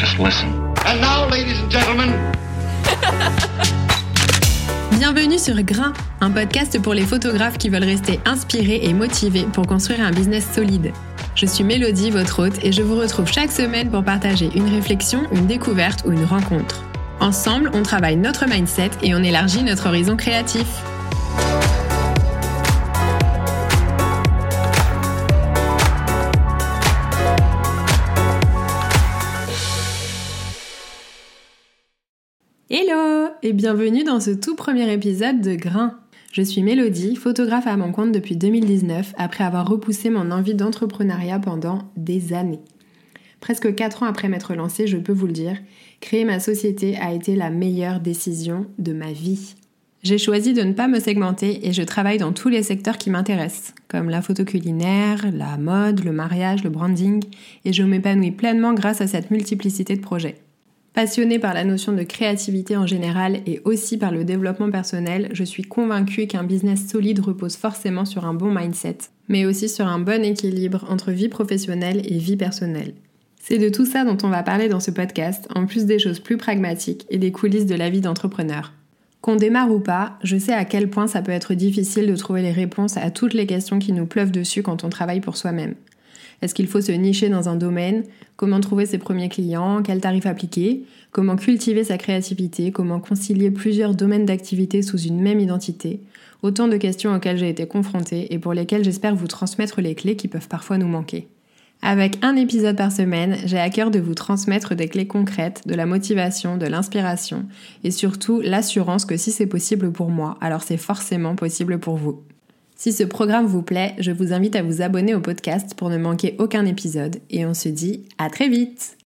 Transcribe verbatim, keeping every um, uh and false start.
Just listen. And now, ladies and gentlemen... Bienvenue sur Grain, un podcast pour les photographes qui veulent rester inspirés et motivés pour construire un business solide. Je suis Mélodie, votre hôte, et je vous retrouve chaque semaine pour partager une réflexion, une découverte ou une rencontre. Ensemble, on travaille notre mindset et on élargit notre horizon créatif. Hello et bienvenue dans ce tout premier épisode de Grain. Je suis Mélodie, photographe à mon compte depuis deux mille dix-neuf, après avoir repoussé mon envie d'entrepreneuriat pendant des années. Presque quatre ans après m'être lancée, je peux vous le dire, créer ma société a été la meilleure décision de ma vie. J'ai choisi de ne pas me segmenter et je travaille dans tous les secteurs qui m'intéressent, comme la photo culinaire, la mode, le mariage, le branding, et je m'épanouis pleinement grâce à cette multiplicité de projets. Passionnée par la notion de créativité en général et aussi par le développement personnel, je suis convaincue qu'un business solide repose forcément sur un bon mindset, mais aussi sur un bon équilibre entre vie professionnelle et vie personnelle. C'est de tout ça dont on va parler dans ce podcast, en plus des choses plus pragmatiques et des coulisses de la vie d'entrepreneur. Qu'on démarre ou pas, je sais à quel point ça peut être difficile de trouver les réponses à toutes les questions qui nous pleuvent dessus quand on travaille pour soi-même. Est-ce qu'il faut se nicher dans un domaine ? Comment trouver ses premiers clients ? Quel tarif appliquer ? Comment cultiver sa créativité ? Comment concilier plusieurs domaines d'activité sous une même identité ? Autant de questions auxquelles j'ai été confrontée et pour lesquelles j'espère vous transmettre les clés qui peuvent parfois nous manquer. Avec un épisode par semaine, j'ai à cœur de vous transmettre des clés concrètes, de la motivation, de l'inspiration et surtout l'assurance que si c'est possible pour moi, alors c'est forcément possible pour vous. Si ce programme vous plaît, je vous invite à vous abonner au podcast pour ne manquer aucun épisode et on se dit à très vite.